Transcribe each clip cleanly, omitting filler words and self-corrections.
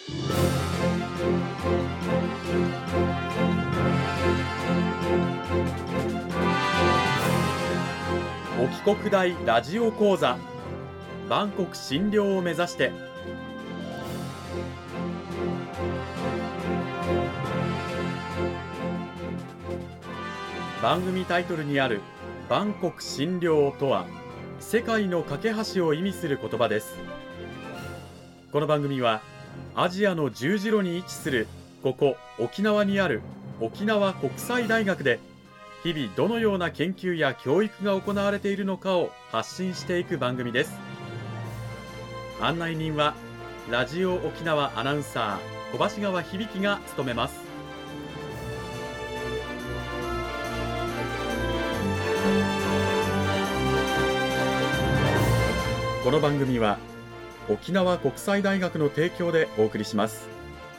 沖国大ラジオ講座、万国診療を目指して。番組タイトルにある万国診療とは、世界の架け橋を意味する言葉です。この番組はアジアの十字路に位置するここ沖縄にある沖縄国際大学で、日々どのような研究や教育が行われているのかを発信していく番組です。案内人はラジオ沖縄アナウンサー小橋川響が務めます。この番組は沖縄国際大学の提供でお送りします。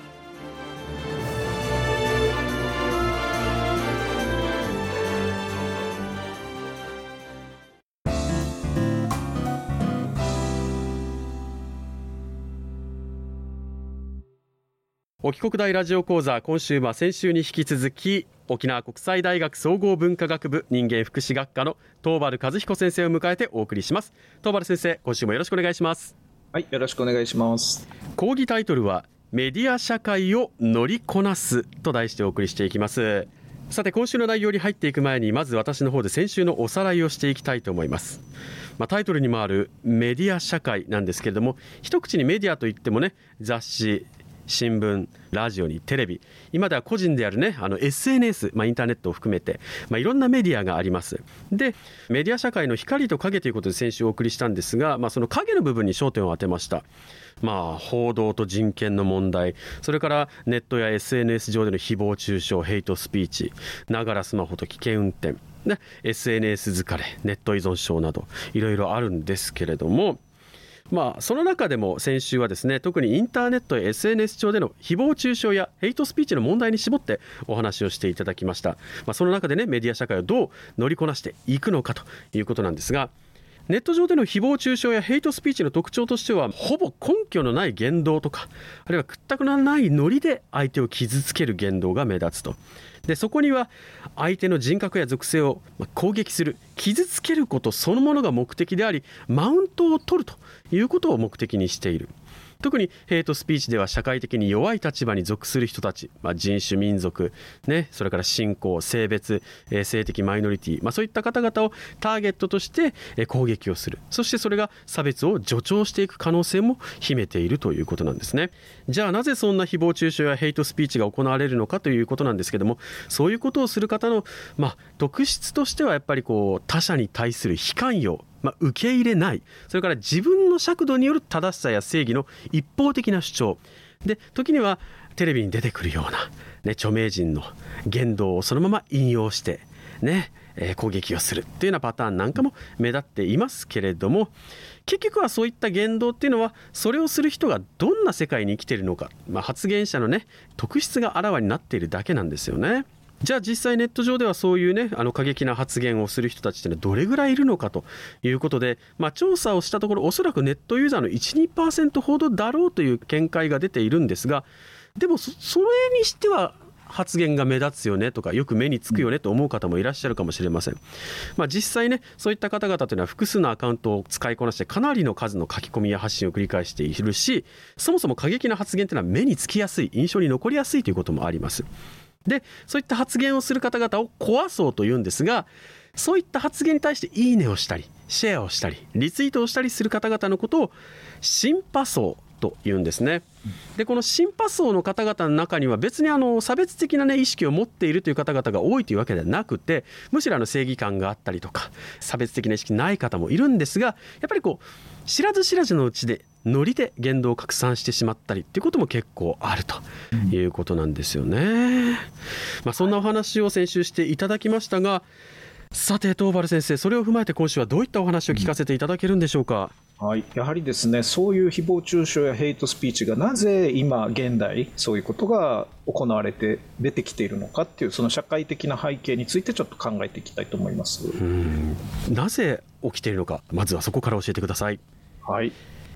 沖国大ラジオ講座、今週は先週に引き続き沖縄国際大学総合文化学部人間福祉学科の東原和彦先生を迎えてお送りします。東原先生、今週もよろしくお願いします。 はい、よろしくお願いします。 講義タイトルはメディア社会を乗りこなすと題してお送りしていきます。さて、今週の内容に入っていく前に、まず私の方で先週のおさらいをしていきたいと思います。タイトルにもあるメディア社会なんですけれども、一口にメディアといってもね、雑誌、新聞、ラジオにテレビ、今では個人であるね、SNS、インターネットを含めて、いろんなメディアがあります。で、メディア社会の光と影ということで先週お送りしたんですが、その影の部分に焦点を当てました。報道と人権の問題、それからネットや SNS 上での誹謗中傷、ヘイトスピーチ、ながらスマホと危険運転、SNS 疲れ、ネット依存症などいろいろあるんですけれども、その中でも先週はですね、特にインターネットや SNS 上での誹謗中傷やヘイトスピーチの問題に絞ってお話をしていただきました。その中でね、メディア社会をどう乗りこなしていくのかということなんですが、ネット上での誹謗中傷やヘイトスピーチの特徴としては、ほぼ根拠のない言動とか、あるいは屈託のないノリで相手を傷つける言動が目立つと。で、そこには相手の人格や属性を攻撃する、傷つけることそのものが目的であり、マウントを取るということを目的にしている。特にヘイトスピーチでは社会的に弱い立場に属する人たち、人種民族、それから信仰、性別、性的マイノリティ、そういった方々をターゲットとして攻撃をする。そしてそれが差別を助長していく可能性も秘めているということなんですね。じゃあなぜそんな誹謗中傷やヘイトスピーチが行われるのかということなんですけども、そういうことをする方の、特質としてはやっぱり他者に対する非関与、受け入れない、それから自分の尺度による正しさや正義の一方的な主張で、時にはテレビに出てくるような、著名人の言動をそのまま引用して、攻撃をするというようなパターンなんかも目立っていますけれども、結局はそういった言動っていうのは、それをする人がどんな世界に生きているのか、発言者の特質があらわになっているだけなんですよね。じゃあ実際ネット上ではそういう過激な発言をする人たちってのはどれぐらいいるのかということで、調査をしたところ、おそらくネットユーザーの 1,2% ほどだろうという見解が出ているんですが、でもそれにしては発言が目立つよねとか、よく目につくよねと思う方もいらっしゃるかもしれません。実際そういった方々というのは複数のアカウントを使いこなして、かなりの数の書き込みや発信を繰り返しているし、そもそも過激な発言というのは目につきやすい、印象に残りやすいということもあります。で、そういった発言をする方々を壊そうというんですが、そういった発言に対していいねをしたり、シェアをしたり、リツイートをしたりする方々のことをシンパ層と言うんですね。で、このシンパ層の方々の中には別に差別的な、意識を持っているという方々が多いというわけではなくて、むしろ正義感があったりとか差別的な意識ない方もいるんですが、やっぱり知らず知らずのうちでノリで言動を拡散してしまったりっていうことも結構あるということなんですよね。そんなお話を先週していただきましたが、さて東原先生、それを踏まえて今週はどういったお話を聞かせていただけるんでしょうか。 やはりですね、そういう誹謗中傷やヘイトスピーチがなぜ今現代そういうことが行われて出てきているのかっていう、その社会的な背景についてちょっと考えていきたいと思います。 なぜ起きているのか、まずはそこから教えてください。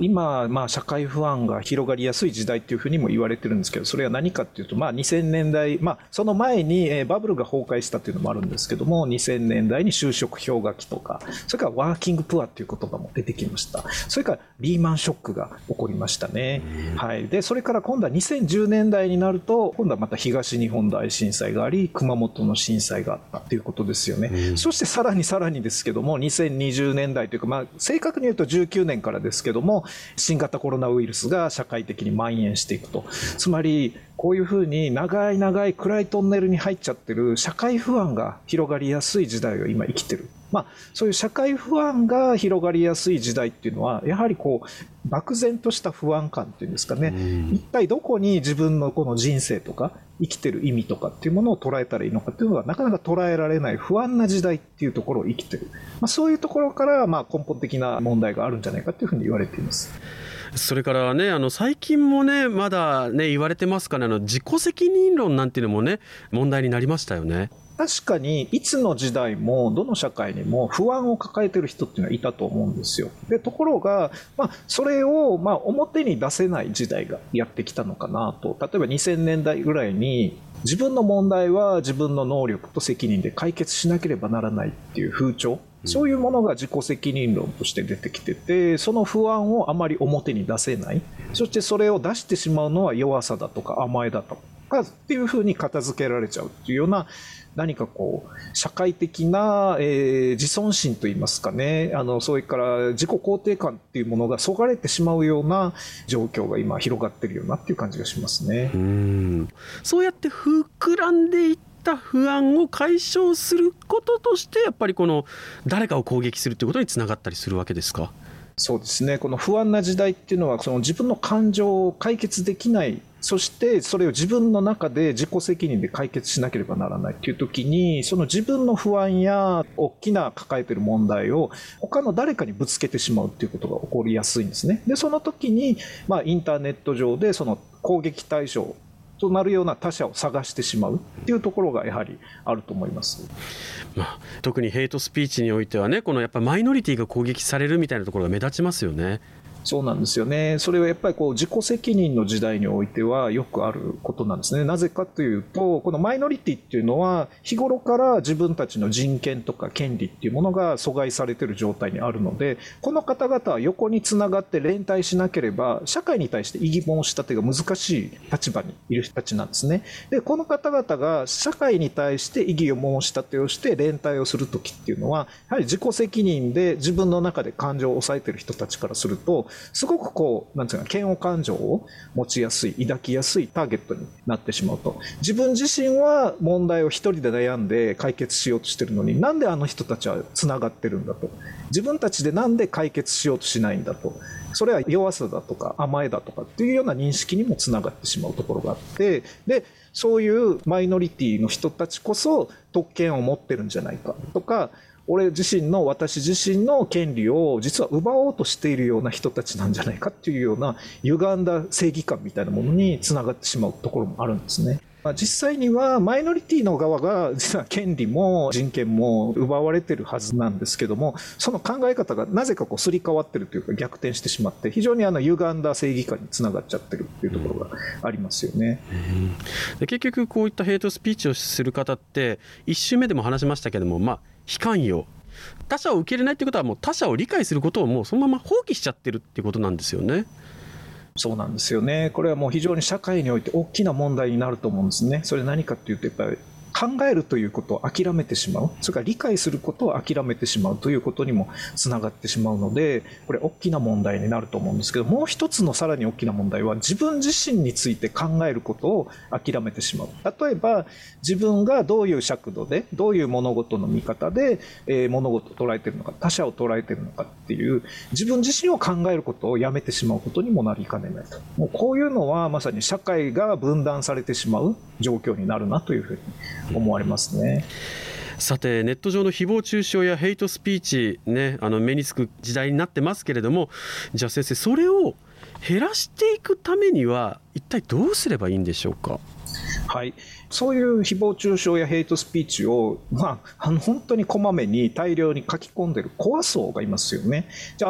今、社会不安が広がりやすい時代っていうふうにも言われてるんですけど、それは何かっていうと、2000年代、その前にバブルが崩壊したっていうのもあるんですけども、2000年代に就職氷河期とか、それからワーキングプアっていう言葉も出てきました。それからリーマンショックが起こりましたね。はい。で、それから今度は2010年代になると、今度はまた東日本大震災があり、熊本の震災があったということですよね。そしてさらにですけども、2020年代というか、正確に言うと19年からですけども、新型コロナウイルスが社会的に蔓延していくと。つまりこういうふうに長い暗いトンネルに入っちゃってる社会不安が広がりやすい時代を今生きてる。そういう社会不安が広がりやすい時代っていうのは、やはり漠然とした不安感っていうんですかね、一体どこに自分のこの人生とか生きてる意味とかっていうものを捉えたらいいのかっていうのがなかなか捉えられない不安な時代っていうところを生きてる、そういうところから根本的な問題があるんじゃないかっていうふうに言われています。 それからね、最近もね、まだね言われてますから、自己責任論なんていうのもね問題になりましたよね。 確かにいつの時代もどの社会にも不安を抱えている人っていうのはいたと思うんですよ。でところが、それを表に出せない時代がやってきたのかなと。例えば2000年代ぐらいに自分の問題は自分の能力と責任で解決しなければならないっていう風潮、そういうものが自己責任論として出てきてて、その不安をあまり表に出せない、そしてそれを出してしまうのは弱さだとか甘えだとかっていうふうに片付けられちゃうっていうような、何か社会的な、自尊心といいますかね、それから自己肯定感っていうものがそがれてしまうような状況が今広がってるよなっていう感じがしますね。 そうやって膨らんでいった不安を解消することとして、やっぱり誰かを攻撃するということにつながったりするわけですか？ そうですね。この不安な時代っていうのは、その自分の感情を解決できない、そしてそれを自分の中で自己責任で解決しなければならないっていう時に、その自分の不安や大きな抱えている問題を他の誰かにぶつけてしまうっていうことが起こりやすいんですね。でその時に、インターネット上でその攻撃対象となるような他者を探してしまうっていうところがやはりあると思います。 特にヘイトスピーチにおいてはね、やっぱりマイノリティが攻撃されるみたいなところが目立ちますよね。 そうなんですよね。それはやっぱり自己責任の時代においてはよくあることなんですね。なぜかというと、このマイノリティっていうのは日頃から自分たちの人権とか権利っていうものが阻害されている状態にあるので、この方々は横につながって連帯しなければ社会に対して異議申し立てが難しい立場にいる人たちなんですね。でこの方々が社会に対して異議を申し立てをして連帯をするときっていうのは、やはり自己責任で自分の中で感情を抑えている人たちからすると、すごくなんていうか、嫌悪感情を持ちやすい、抱きやすいターゲットになってしまうと。自分自身は問題を一人で悩んで解決しようとしてるのに、なんであの人たちはつながってるんだと。自分たちでなんで解決しようとしないんだと。それは弱さだとか甘えだとかっていうような認識にもつながってしまうところがあって、でそういうマイノリティの人たちこそ特権を持ってるんじゃないかとか、私自身の権利を実は奪おうとしているような人たちなんじゃないかっていうような歪んだ正義感みたいなものにつながってしまうところもあるんですね。実際にはマイノリティの側が実は権利も人権も奪われてるはずなんですけども、その考え方がなぜかすり替わってるというか逆転してしまって、非常に歪んだ正義感につながっちゃってるっていうところがありますよね。 で結局こういったヘイトスピーチをする方って1週目でも話しましたけども、非寛容、他者を受け入れないってことはもう他者を理解することをもうそのまま放棄しちゃってるってことなんですよね。 そうなんですよね。これはもう非常に社会において大きな問題になると思うんですね。それ何かっていうと、やっぱり考えるということを諦めてしまう、それから理解することを諦めてしまうということにもつながってしまうので、これ大きな問題になると思うんですけど、もう一つのさらに大きな問題は自分自身について考えることを諦めてしまう。例えば自分がどういう尺度でどういう物事の見方で物事を捉えているのか、他者を捉えているのかっていう自分自身を考えることをやめてしまうことにもなりかねないと。もうこういうのはまさに社会が分断されてしまう状況になるなというふうに思われますね。 さて、ネット上の誹謗中傷やヘイトスピーチ、目につく時代になってますけれども、じゃあ先生、それを減らしていくためには一体どうすればいいんでしょうか？ はい、そういう誹謗中傷やヘイトスピーチを、本当にこまめに大量に書き込んでる怖そうがいますよね。じゃあ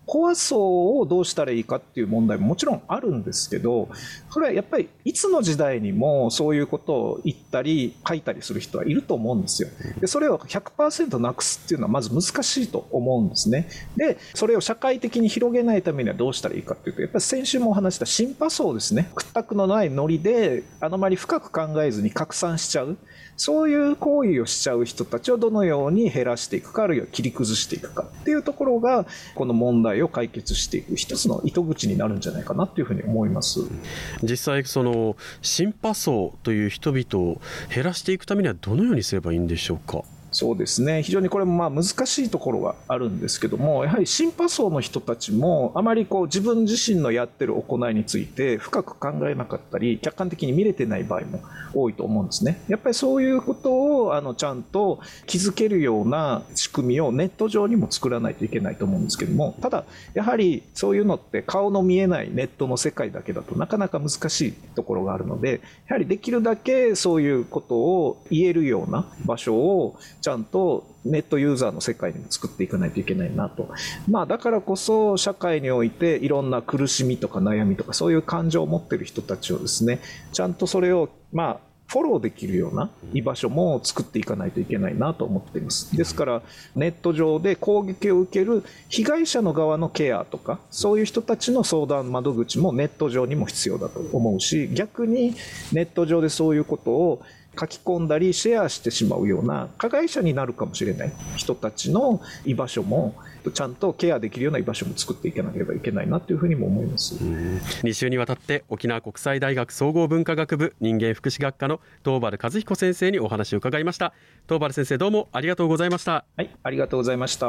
コア層をどうしたらいいかっていう問題ももちろんあるんですけど、それはやっぱりいつの時代にもそういうことを言ったり書いたりする人はいると思うんですよ。でそれを 100% なくすっていうのはまず難しいと思うんですね。でそれを社会的に広げないためにはどうしたらいいかっていうと、やっぱり先週もお話したシンパ層ですね。屈託のないノリであまり深く考えずに拡散しちゃう、そういう行為をしちゃう人たちをどのように減らしていくか、あるいは切り崩していくかっていうところがこの問題を解決していく一つの糸口になるんじゃないかなというふうに思います。 実際そのシンパ層という人々を減らしていくためにはどのようにすればいいんでしょうか。 そうですね、非常にこれも難しいところがあるんですけども、やはりシンパ層の人たちもあまり自分自身のやってる行いについて深く考えなかったり客観的に見れてない場合も多いと思うんですね。やっぱりそういうことをちゃんと気づけるような仕組みをネット上にも作らないといけないと思うんですけども、ただやはりそういうのって顔の見えないネットの世界だけだとなかなか難しいところがあるので、やはりできるだけそういうことを言えるような場所をちゃんとネットユーザーの世界にも作っていかないといけないなと。だからこそ社会においていろんな苦しみとか悩みとかそういう感情を持っている人たちをですね、ちゃんとそれをフォローできるような居場所も作っていかないといけないなと思っています。ですからネット上で攻撃を受ける被害者の側のケアとかそういう人たちの相談窓口もネット上にも必要だと思うし、逆にネット上でそういうことを書き込んだりシェアしてしまうような加害者になるかもしれない人たちの居場所もちゃんとケアできるような居場所も作っていかなければいけないなというふうにも思います。 2週にわたって沖縄国際大学総合文化学部人間福祉学科の東原和彦先生にお話を伺いました。東原先生、どうもありがとうございました。 はい、ありがとうございました。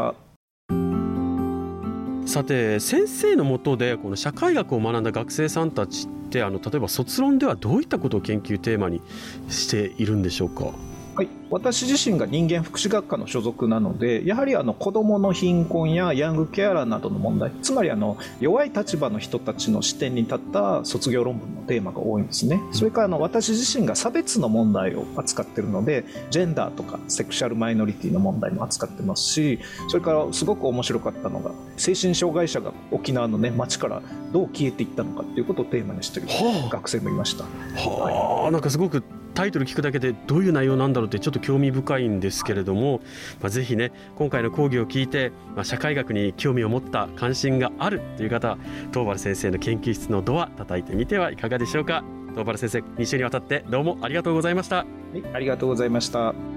さて、先生の下でこの社会学を学んだ学生さんたちって例えば卒論ではどういったことを研究テーマにしているんでしょうか。 はい、私自身が人間福祉学科の所属なので、やはり子どもの貧困やヤングケアラーなどの問題、つまり弱い立場の人たちの視点に立った卒業論文のテーマが多いんですね。それから私自身が差別の問題を扱っているので、ジェンダーとかセクシャルマイノリティの問題も扱ってますし、それからすごく面白かったのが精神障害者が沖縄の街からどう消えていったのかということをテーマにしている学生もいました。 なんかすごくタイトル聞くだけでどういう内容なんだろうってちょっと興味深いんですけれども、ぜひね今回の講義を聞いて、社会学に興味を持った関心があるという方は東原先生の研究室のドア叩いてみてはいかがでしょうか。東原先生、2週にわたってどうもありがとうございました。 はい、ありがとうございました。